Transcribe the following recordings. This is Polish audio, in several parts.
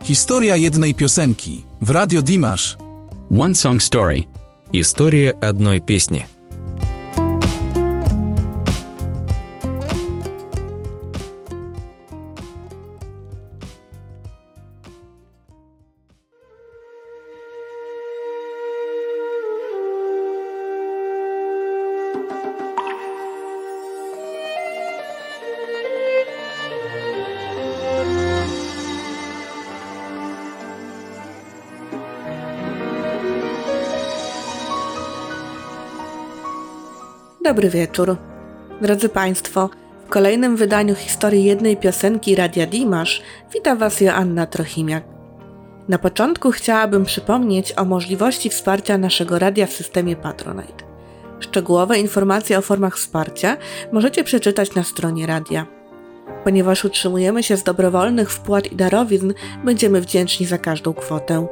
Historia jednej piosenki w Radio Dimash. One Song Story. История одной песни. Dobry wieczór. Drodzy Państwo, w kolejnym wydaniu historii jednej piosenki Radia Dimash wita Was Joanna Trochimiak. Na początku chciałabym przypomnieć o możliwości wsparcia naszego radia w systemie Patronite. Szczegółowe informacje o formach wsparcia możecie przeczytać na stronie radia. Ponieważ utrzymujemy się z dobrowolnych wpłat i darowizn, będziemy wdzięczni za każdą kwotę.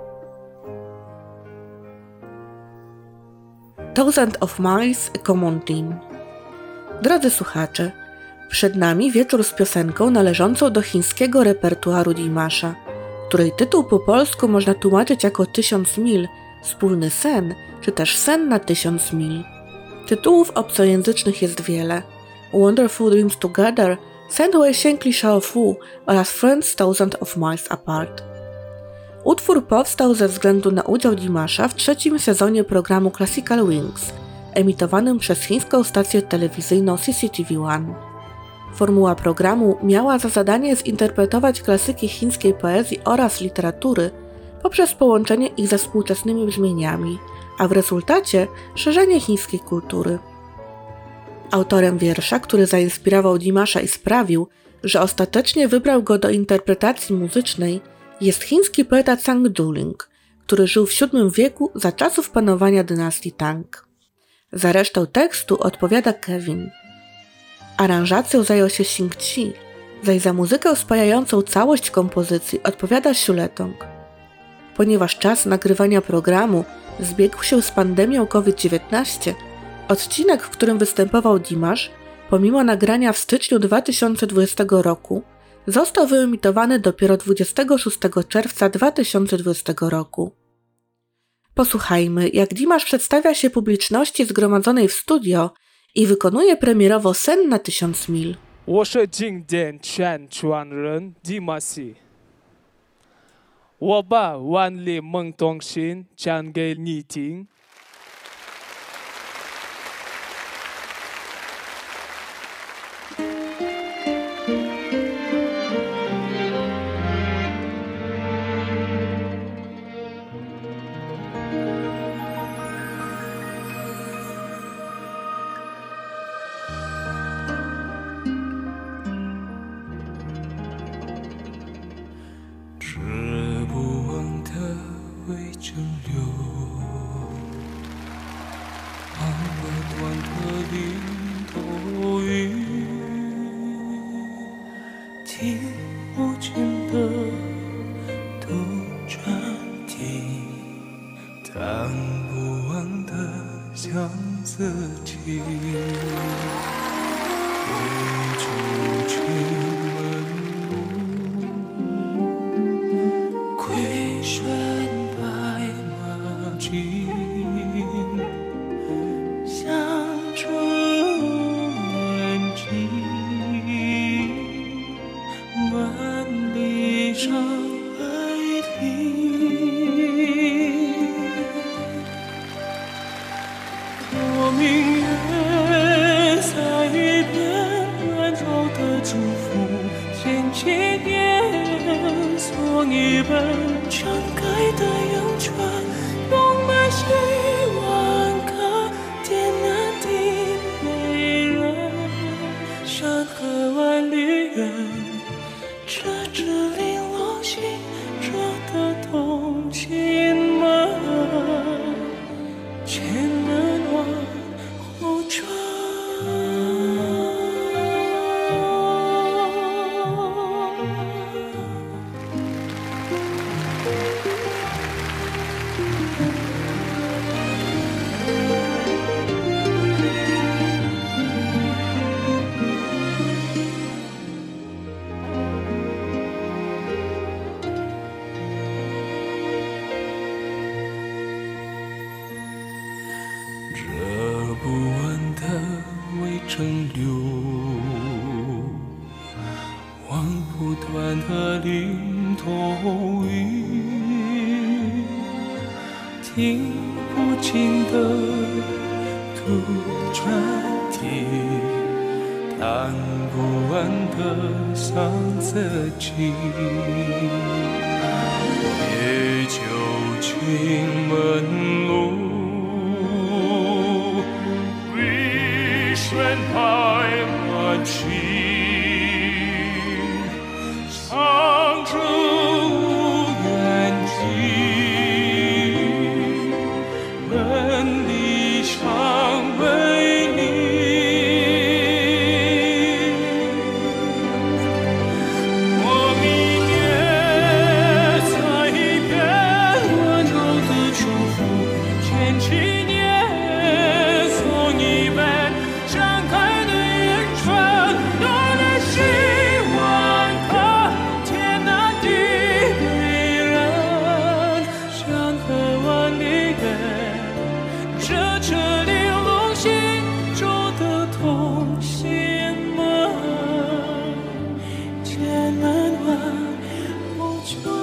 Thousand of Miles, a Common Theme. Drodzy słuchacze, przed nami wieczór z piosenką należącą do chińskiego repertuaru Dimasha, której tytuł po polsku można tłumaczyć jako 1000 mil, wspólny sen, czy też sen na 1000 mil. Tytułów obcojęzycznych jest wiele. Wonderful Dreams Together, Send Wei Xiangli Shao Fu oraz Friends Thousand of Miles Apart. Utwór powstał ze względu na udział Dimasha w trzecim sezonie programu Classical Wings, emitowanym przez chińską stację telewizyjną CCTV-1. Formuła programu miała za zadanie zinterpretować klasyki chińskiej poezji oraz literatury poprzez połączenie ich ze współczesnymi brzmieniami, a w rezultacie szerzenie chińskiej kultury. Autorem wiersza, który zainspirował Dimasha i sprawił, że ostatecznie wybrał go do interpretacji muzycznej, jest chiński poeta Zhang Duling, który żył w VII wieku za czasów panowania dynastii Tang. Za resztę tekstu odpowiada Kevin. Aranżacją zajął się Xing Qi, zaś za muzykę spajającą całość kompozycji odpowiada Xu Letong. Ponieważ czas nagrywania programu zbiegł się z pandemią COVID-19, odcinek, w którym występował Dimash, pomimo nagrania w styczniu 2020 roku, został wyemitowany dopiero 26 czerwca 2020 roku. Posłuchajmy, jak Dimash przedstawia się publiczności zgromadzonej w studio i wykonuje premierowo sen na 1000 mil. 我是经典宣传人 Dimash。我把万里梦东西讲给你听。 短的林头雨，听不尽的图转题，弹不完的上色情。别旧情门路，归旋拍满情，唱着无缘情，问离伤为你。我明月再一遍温柔的祝福，前7年送一杯盛开的云春，多的希望可天南地北人，山河万里远，这车玲珑心中的同心门，艰难万无穷。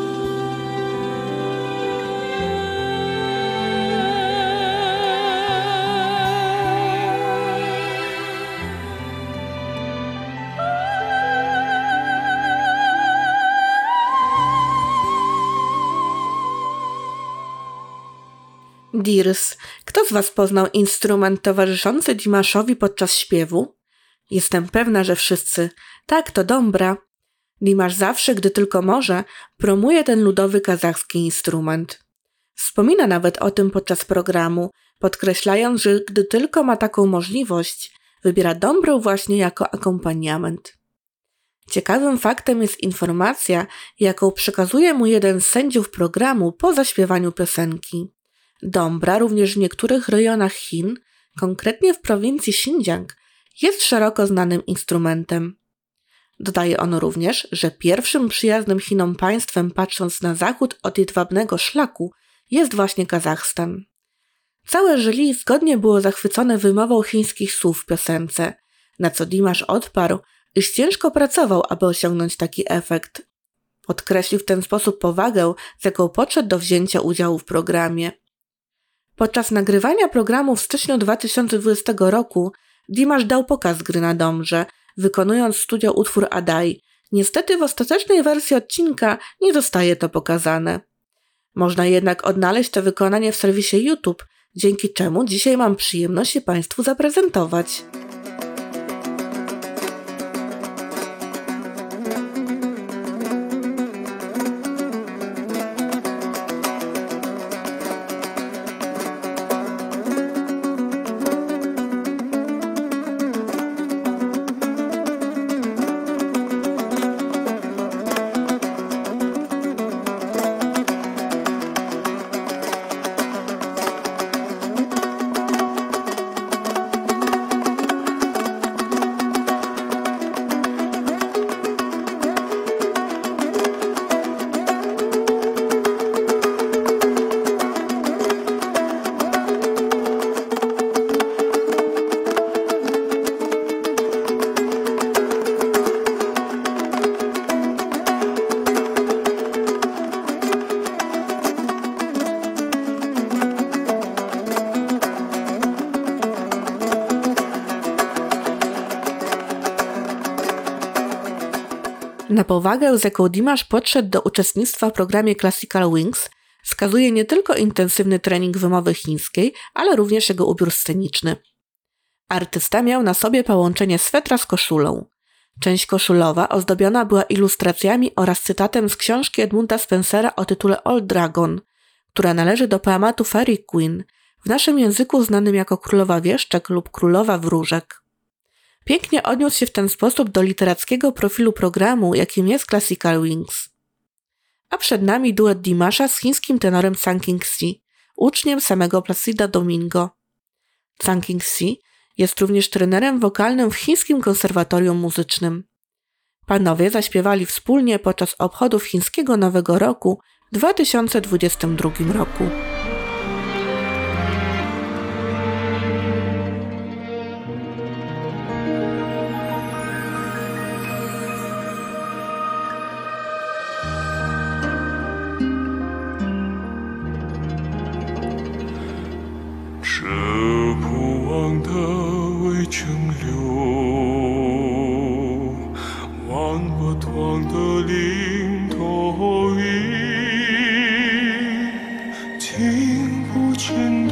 Dirs, kto z was poznał instrument towarzyszący Dimaszowi podczas śpiewu? Jestem pewna, że wszyscy. Tak, to dobra. Dimasz zawsze, gdy tylko może, promuje ten ludowy kazachski instrument. Wspomina nawet o tym podczas programu, podkreślając, że gdy tylko ma taką możliwość, wybiera dobrę właśnie jako akompaniament. Ciekawym faktem jest informacja, jaką przekazuje mu jeden z sędziów programu po zaśpiewaniu piosenki. Dombra również w niektórych rejonach Chin, konkretnie w prowincji Xinjiang, jest szeroko znanym instrumentem. Dodaje on również, że pierwszym przyjaznym Chinom państwem patrząc na zachód od jedwabnego szlaku jest właśnie Kazachstan. Całe jury zgodnie było zachwycone wymową chińskich słów w piosence, na co Dimash odparł, iż ciężko pracował, aby osiągnąć taki efekt. Podkreślił w ten sposób powagę, z jaką podszedł do wzięcia udziału w programie. Podczas nagrywania programu w styczniu 2020 roku Dimash dał pokaz gry na dombrze, wykonując w studio utwór Adai. Niestety w ostatecznej wersji odcinka nie zostaje to pokazane. Można jednak odnaleźć to wykonanie w serwisie YouTube, dzięki czemu dzisiaj mam przyjemność je Państwu zaprezentować. Na powagę, z jaką Dimash podszedł do uczestnictwa w programie Classical Wings, wskazuje nie tylko intensywny trening wymowy chińskiej, ale również jego ubiór sceniczny. Artysta miał na sobie połączenie swetra z koszulą. Część koszulowa ozdobiona była ilustracjami oraz cytatem z książki Edmunda Spencera o tytule Old Dragon, która należy do poematu Fairy Queen, w naszym języku znanym jako Królowa Wieszczek lub Królowa Wróżek. Pięknie odniósł się w ten sposób do literackiego profilu programu, jakim jest Classical Wings. A przed nami duet Dimasha z chińskim tenorem Sun King-si, uczniem samego Placida Domingo. Sun King-si jest również trenerem wokalnym w chińskim konserwatorium muzycznym. Panowie zaśpiewali wspólnie podczas obchodów chińskiego Nowego Roku w 2022 roku. 湍的领头鱼，听不见的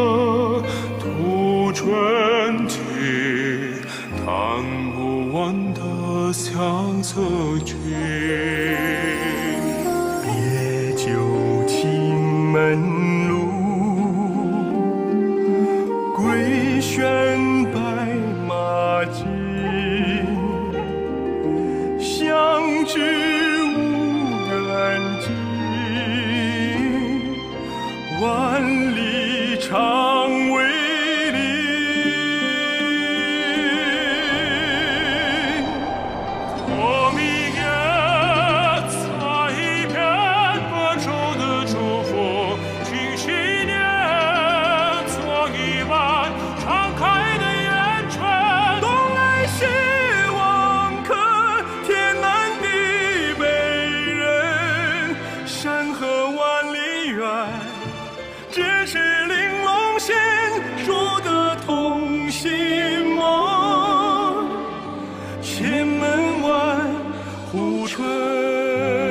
吐春啼，弹不完的相思曲。烈酒青门路，归旋白马急。相知无缘尽，万里长为邻。托明月，擦一片温柔的祝福，庆新年，做一碗敞开的圆圈，东来西往看天南地北人，山河万里远，只是玲珑线说的同心梦，千门外护春。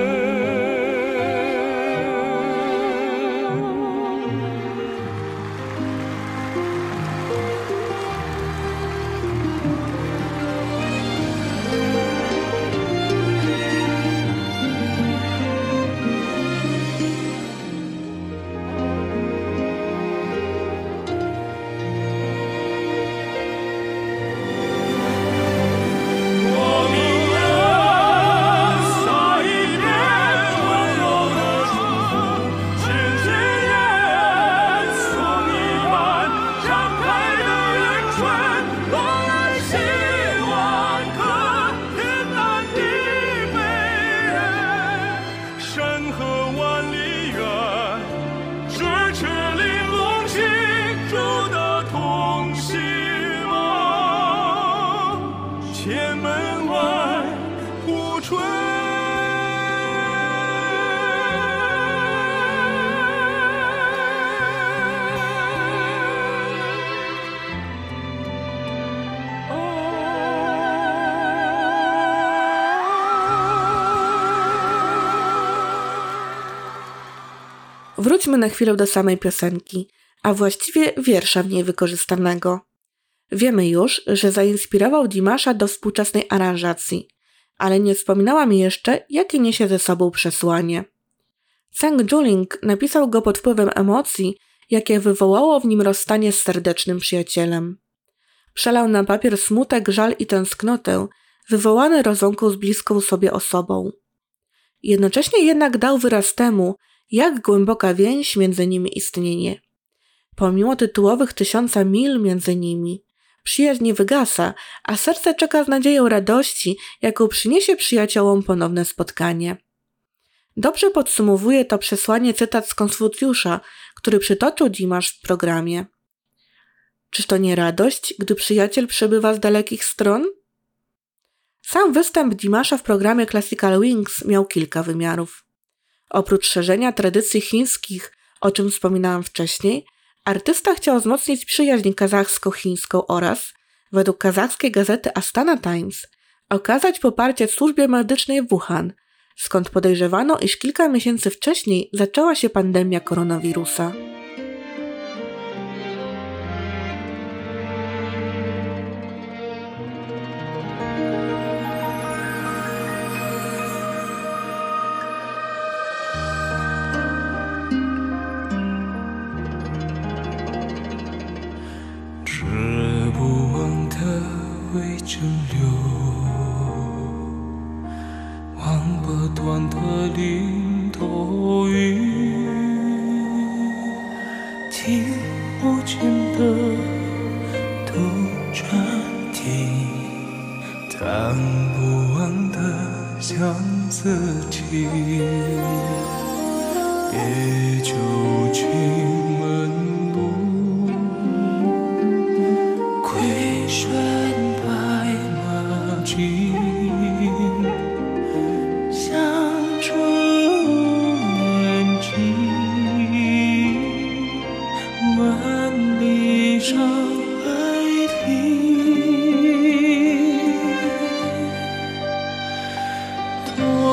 千门外护春。 Wróćmy na chwilę do samej piosenki, a właściwie wiersza w niej wykorzystanego. Wiemy już, że zainspirował Dimasza do współczesnej aranżacji, ale nie wspominałam jeszcze, jakie niesie ze sobą przesłanie. Zhang Juling napisał go pod wpływem emocji, jakie wywołało w nim rozstanie z serdecznym przyjacielem. Przelał na papier smutek, żal i tęsknotę, wywołane rozłąką z bliską sobie osobą. Jednocześnie jednak dał wyraz temu, jak głęboka więź między nimi istnieje. Pomimo tytułowych 1000 mil między nimi, przyjaźń nie wygasa, a serce czeka z nadzieją radości, jaką przyniesie przyjaciołom ponowne spotkanie. Dobrze podsumowuje to przesłanie cytat z Konfucjusza, który przytoczył Dimasz w programie. Czyż to nie radość, gdy przyjaciel przybywa z dalekich stron? Sam występ Dimasza w programie Classical Wings miał kilka wymiarów. Oprócz szerzenia tradycji chińskich, o czym wspominałam wcześniej, artysta chciał wzmocnić przyjaźń kazachsko-chińską oraz, według kazachskiej gazety Astana Times, okazać poparcie służbie medycznej w Wuhan, skąd podejrzewano, iż kilka miesięcy wcześniej zaczęła się pandemia koronawirusa.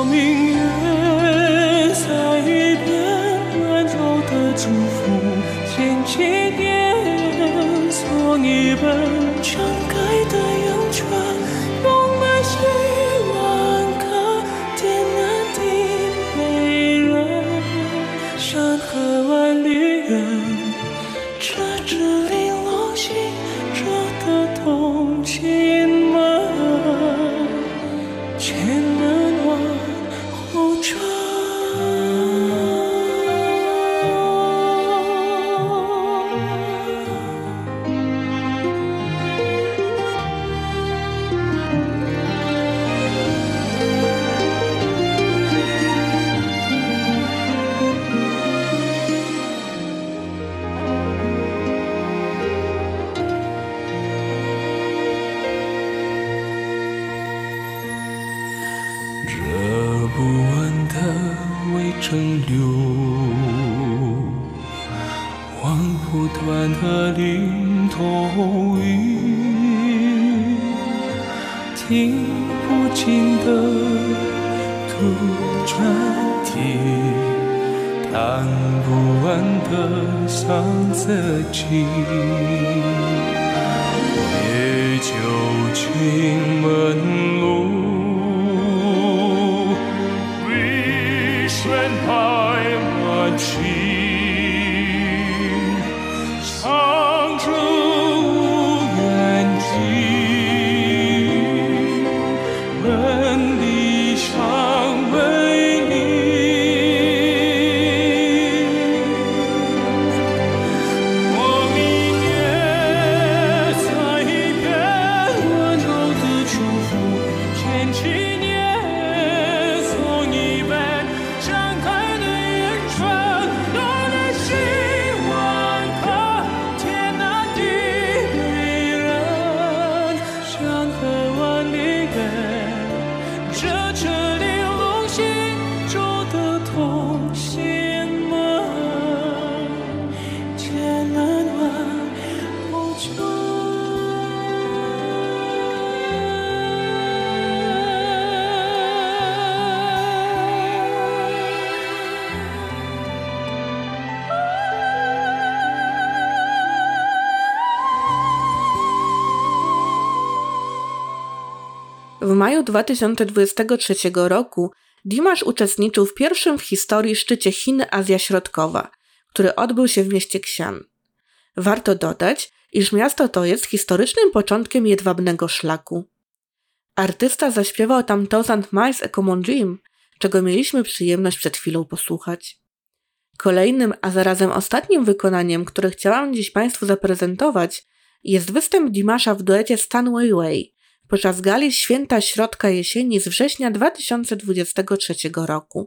我明月在一边温柔的祝福，千禧年送一本敞开的邮船，用满希望看天南地北人，山河万里远，这支零落星舟的同心门，前门往后转。热不完的微蒸馏，望不断的林头雨，听不尽的杜鹃啼，弹不完的桑瑟情，为旧情门路，宣拍满情，唱着无缘情，门里尚为你。我明月在一边温柔的祝福，千禧年送一本敞开的烟船，用来希望看天南地北人，山河万里远，这车玲珑行舟的同心门，前门往后转。 W maju 2023 roku Dimash uczestniczył w pierwszym w historii szczycie Chin-Azja Środkowa, który odbył się w mieście Xi'an. Warto dodać, iż miasto to jest historycznym początkiem jedwabnego szlaku. Artysta zaśpiewał tam Thousand Miles a Common Dream, czego mieliśmy przyjemność przed chwilą posłuchać. Kolejnym, a zarazem ostatnim wykonaniem, które chciałam dziś Państwu zaprezentować, jest występ Dimasha w duecie Stan Weiwei podczas gali Święta Środka Jesieni z września 2023 roku.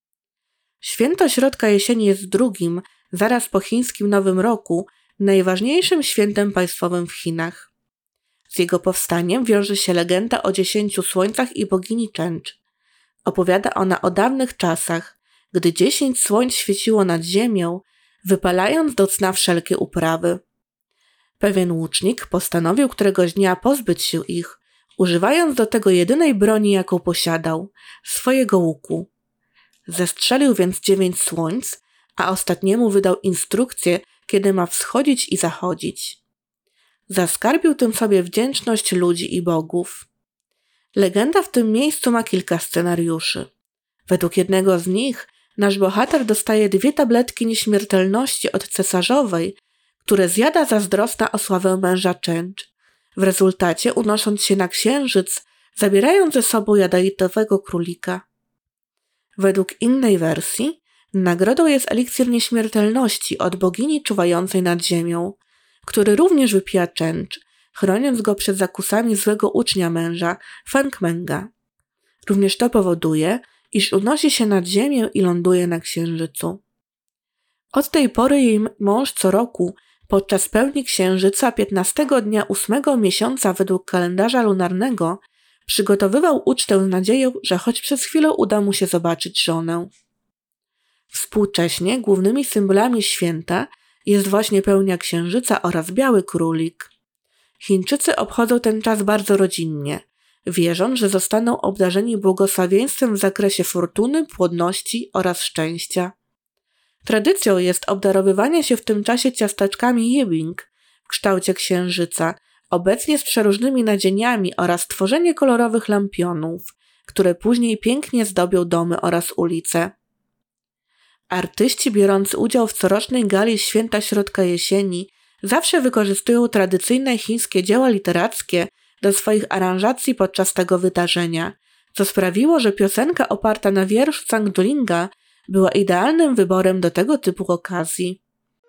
Święto Środka Jesieni jest drugim, zaraz po chińskim Nowym Roku, najważniejszym świętem państwowym w Chinach. Z jego powstaniem wiąże się legenda o 10 słońcach i bogini Chench. Opowiada ona o dawnych czasach, gdy 10 słońc świeciło nad ziemią, wypalając do cna wszelkie uprawy. Pewien łucznik postanowił któregoś dnia pozbyć się ich, używając do tego jedynej broni, jaką posiadał, swojego łuku. Zestrzelił więc 9 słońc, a ostatniemu wydał instrukcję, kiedy ma wschodzić i zachodzić. Zaskarbił tym sobie wdzięczność ludzi i bogów. Legenda w tym miejscu ma kilka scenariuszy. Według jednego z nich nasz bohater dostaje 2 tabletki nieśmiertelności od cesarzowej, które zjada zazdrosna o sławę męża Chench, w rezultacie unosząc się na księżyc, zabierając ze sobą jadowitego królika. Według innej wersji nagrodą jest eliksir nieśmiertelności od bogini czuwającej nad ziemią, który również wypija Chench, chroniąc go przed zakusami złego ucznia męża, Feng Menga. Również to powoduje, iż unosi się nad ziemię i ląduje na księżycu. Od tej pory jej mąż co roku, podczas pełni księżyca 15 dnia 8 miesiąca według kalendarza lunarnego, przygotowywał ucztę z nadzieją, że choć przez chwilę uda mu się zobaczyć żonę. Współcześnie głównymi symbolami święta jest właśnie pełnia księżyca oraz biały królik. Chińczycy obchodzą ten czas bardzo rodzinnie. wierząc, że zostaną obdarzeni błogosławieństwem w zakresie fortuny, płodności oraz szczęścia. Tradycją jest obdarowywanie się w tym czasie ciasteczkami jibing w kształcie księżyca, obecnie z przeróżnymi nadzieniami oraz tworzenie kolorowych lampionów, które później pięknie zdobią domy oraz ulice. Artyści biorący udział w corocznej gali Święta Środka Jesieni zawsze wykorzystują tradycyjne chińskie dzieła literackie do swoich aranżacji podczas tego wydarzenia, co sprawiło, że piosenka oparta na wierszu Zhangdulinga była idealnym wyborem do tego typu okazji.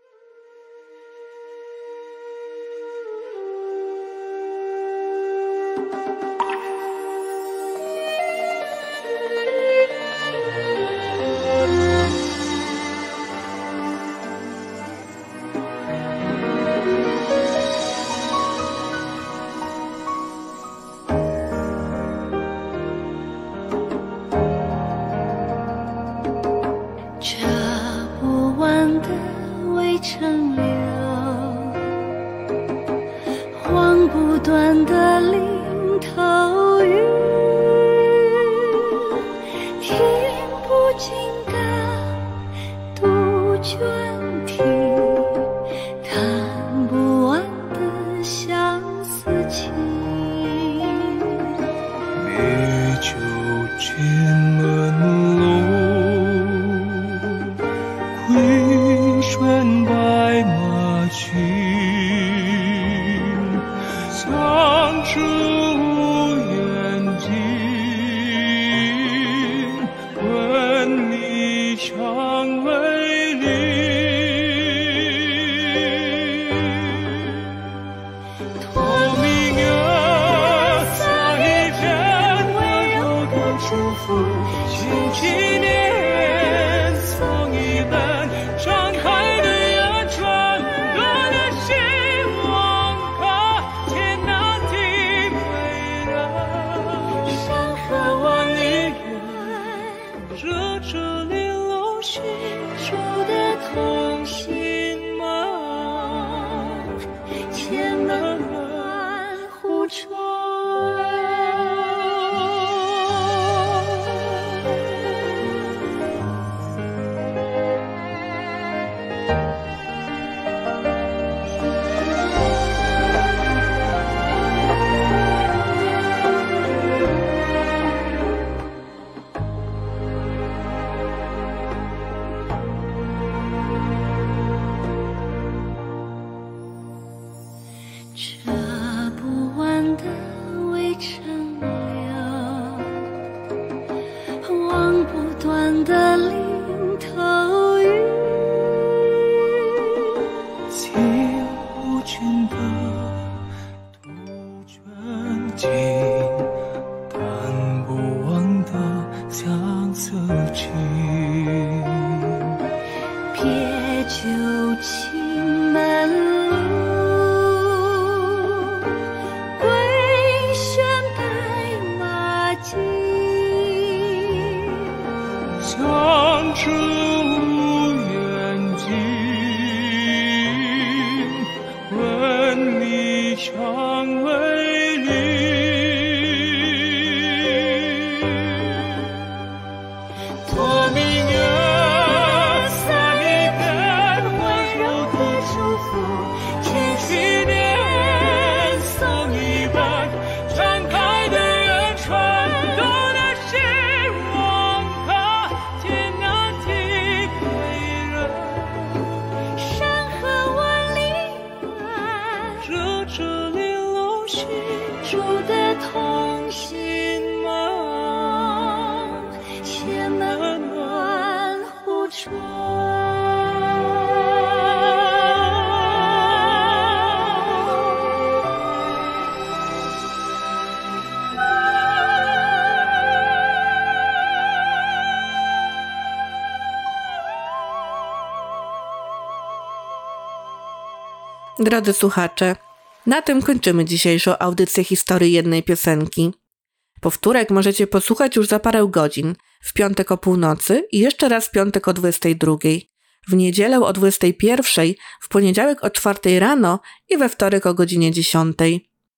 Drodzy słuchacze, na tym kończymy dzisiejszą audycję historii jednej piosenki. Powtórek możecie posłuchać już za parę godzin, w piątek o północy i jeszcze raz w piątek o 22, w niedzielę o 21, w poniedziałek o 4 rano i we wtorek o godzinie 10.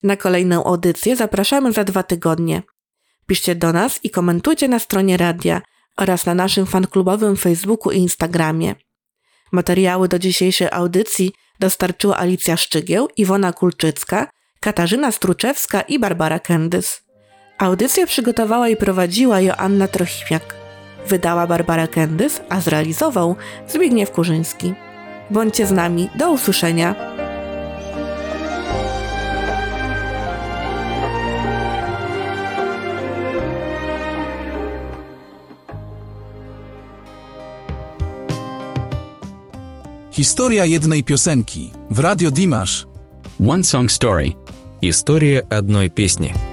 Na kolejną audycję zapraszamy za 2 tygodnie. Piszcie do nas i komentujcie na stronie radia oraz na naszym fanklubowym Facebooku i Instagramie. Materiały do dzisiejszej audycji dostarczyła Alicja Szczygieł, Iwona Kulczycka, Katarzyna Struczewska i Barbara Kendys. Audycję przygotowała i prowadziła Joanna Trochimiak. Wydała Barbara Kendys, a zrealizował Zbigniew Kurzyński. Bądźcie z nami, do usłyszenia. Historia jednej piosenki w Radio Dimash. One Song Story. История одной песни.